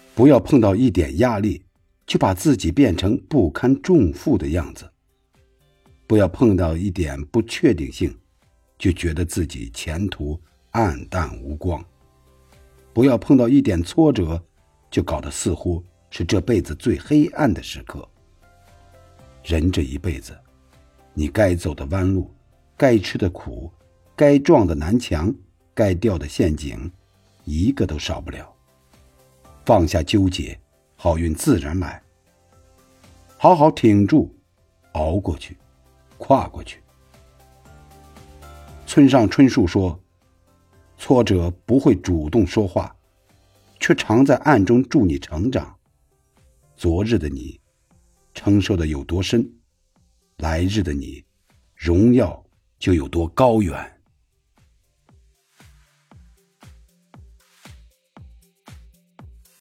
不要碰到一点压力就把自己变成不堪重负的样子，不要碰到一点不确定性就觉得自己前途暗淡无光，不要碰到一点挫折就搞得似乎是这辈子最黑暗的时刻。人这一辈子，你该走的弯路，该吃的苦，该撞的南墙，该掉的陷阱，一个都少不了。放下纠结，好运自然来。好好挺住，熬过去，跨过去。村上春树说，挫折不会主动说话，却常在暗中助你成长。昨日的你承受的有多深，来日的你荣耀就有多高远。